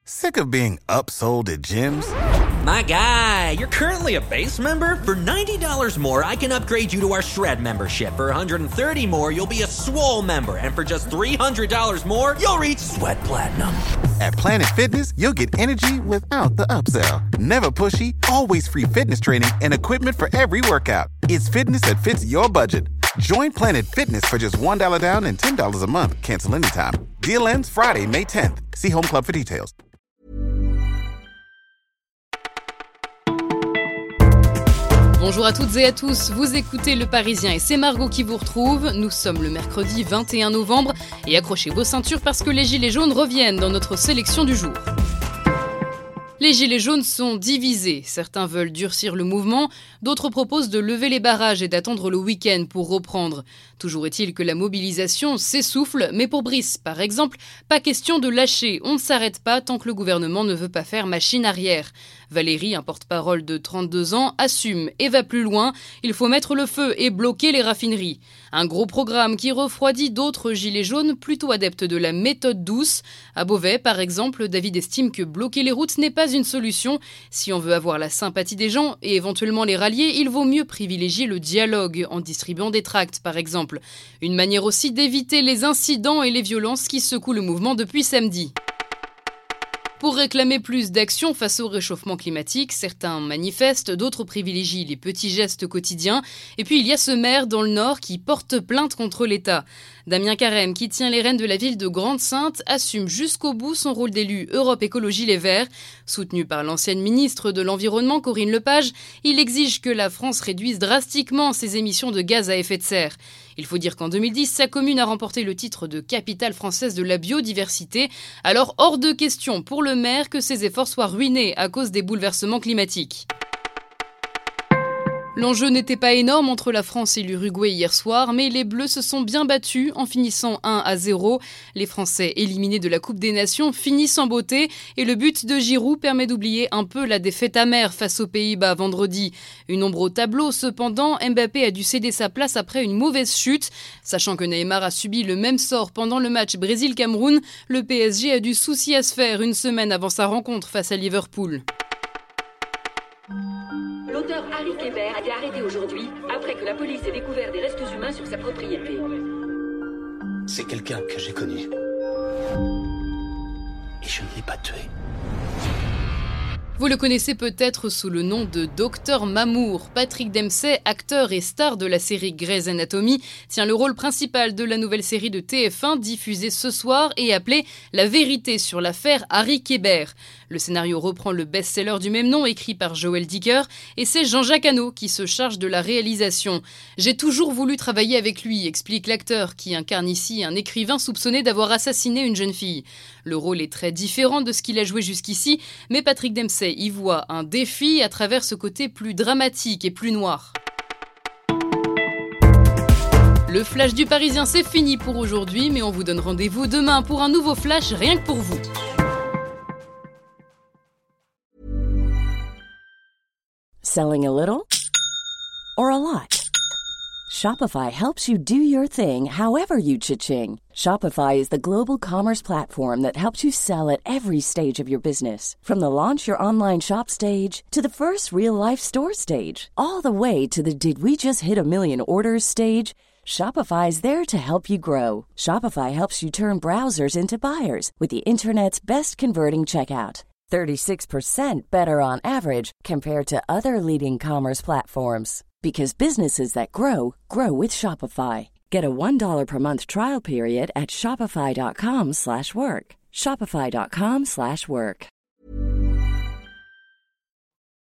Sick of being upsold at gyms? My guy, you're currently a base member? For $90 more, I can upgrade you to our Shred membership. For $130 more, you'll be a Swole member. And for just $300 more, you'll reach Sweat Platinum. At Planet Fitness, you'll get energy without the upsell. Never pushy, always free fitness training and equipment for every workout. It's fitness that fits your budget. Join Planet Fitness for just $1 down and $10 a month. Cancel anytime. Deal ends Friday, May 10th. See Home Club for details. Bonjour à toutes et à tous, vous écoutez Le Parisien et c'est Margot qui vous retrouve. Nous sommes le mercredi 21 novembre et accrochez vos ceintures parce que les gilets jaunes reviennent dans notre sélection du jour. Les gilets jaunes sont divisés. Certains veulent durcir le mouvement, d'autres proposent de lever les barrages et d'attendre le week-end pour reprendre. Toujours est-il que la mobilisation s'essouffle, mais pour Brice, par exemple, pas question de lâcher. On ne s'arrête pas tant que le gouvernement ne veut pas faire machine arrière. Valérie, un porte-parole de 32 ans, assume et va plus loin. Il faut mettre le feu et bloquer les raffineries. Un gros programme qui refroidit d'autres gilets jaunes plutôt adeptes de la méthode douce. À Beauvais, par exemple, David estime que bloquer les routes n'est pas une solution. Si on veut avoir la sympathie des gens et éventuellement les rallier, il vaut mieux privilégier le dialogue en distribuant des tracts, par exemple. Une manière aussi d'éviter les incidents et les violences qui secouent le mouvement depuis samedi. Pour réclamer plus d'action face au réchauffement climatique, certains manifestent, d'autres privilégient les petits gestes quotidiens. Et puis il y a ce maire dans le Nord qui porte plainte contre l'État. Damien Carême, qui tient les rênes de la ville de Grande-Synthe, assume jusqu'au bout son rôle d'élu Europe Écologie Les Verts. Soutenu par l'ancienne ministre de l'Environnement, Corinne Lepage, il exige que la France réduise drastiquement ses émissions de gaz à effet de serre. Il faut dire qu'en 2010, sa commune a remporté le titre de capitale française de la biodiversité. Alors hors de question pour le maire que ses efforts soient ruinés à cause des bouleversements climatiques. L'enjeu n'était pas énorme entre la France et l'Uruguay hier soir, mais les Bleus se sont bien battus en finissant 1-0. Les Français, éliminés de la Coupe des Nations, finissent en beauté et le but de Giroud permet d'oublier un peu la défaite amère face aux Pays-Bas vendredi. Une ombre au tableau, cependant, Mbappé a dû céder sa place après une mauvaise chute. Sachant que Neymar a subi le même sort pendant le match Brésil-Cameroun, le PSG a du souci à se faire une semaine avant sa rencontre face à Liverpool. L'auteur Harry Kéber a été arrêté aujourd'hui après que la police ait découvert des restes humains sur sa propriété. C'est quelqu'un que j'ai connu. Et je ne l'ai pas tué. Vous le connaissez peut-être sous le nom de Dr Mamour. Patrick Dempsey, acteur et star de la série Grey's Anatomy, tient le rôle principal de la nouvelle série de TF1 diffusée ce soir et appelée La vérité sur l'affaire Harry Kéber. Le scénario reprend le best-seller du même nom écrit par Joël Dicker et c'est Jean-Jacques Hano qui se charge de la réalisation. J'ai toujours voulu travailler avec lui, explique l'acteur qui incarne ici un écrivain soupçonné d'avoir assassiné une jeune fille. Le rôle est très différent de ce qu'il a joué jusqu'ici, mais Patrick Dempsey y voit un défi à travers ce côté plus dramatique et plus noir. Le Flash du Parisien, c'est fini pour aujourd'hui, mais on vous donne rendez-vous demain pour un nouveau Flash rien que pour vous. Selling a little or a lot? Shopify helps you do your thing however you cha-ching. Shopify is the global commerce platform that helps you sell at every stage of your business. From the launch your online shop stage to the first real-life store stage, all the way to the did we just hit a million orders stage. Shopify is there to help you grow. Shopify helps you turn browsers into buyers with the internet's best converting checkout. 36% better on average compared to other leading commerce platforms. Because businesses that grow, grow with Shopify. Get a $1 per month trial period at shopify.com/work. Shopify.com/work.